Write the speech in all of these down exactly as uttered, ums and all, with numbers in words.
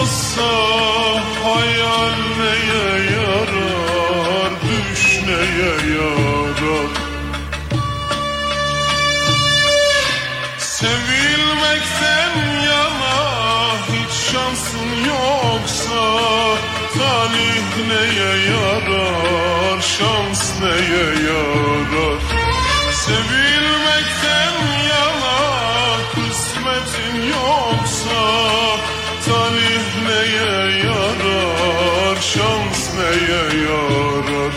olmazsa hayal neye yarar, düş neye yarar? Sevilmekten yana hiç şansın yoksa talih neye yarar, şans neye yarar? Sevilmekten yana kısmetin yoksa talih neye yarar, şans neye yarar?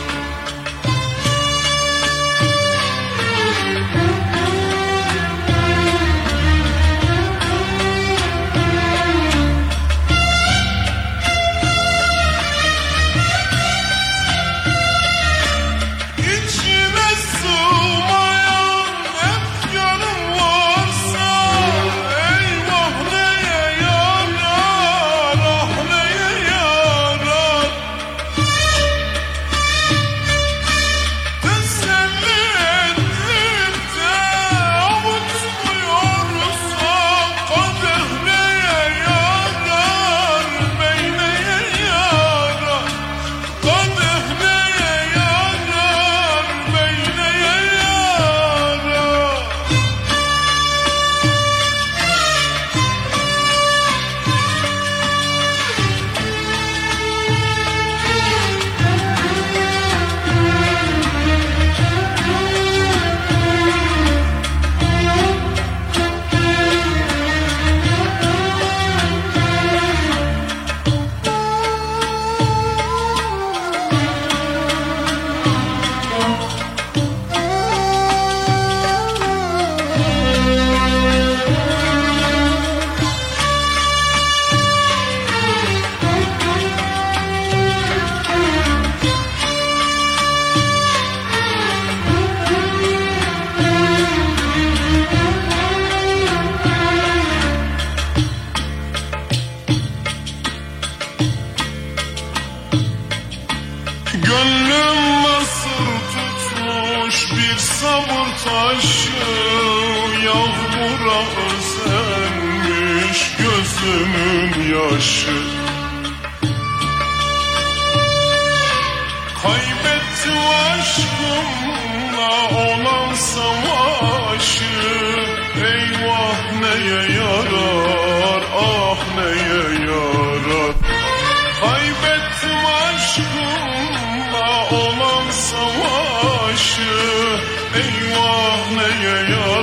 Gönlüm nasıl tutmuş bir sabır taşı, yağmura özenmiş gözümün yaşı. Kaybettim aşkımla olan savaşı, eyvah neye yarar, ah neye yarar? Kaybettim aşkımla olan savaşı, eyvah neye yarar?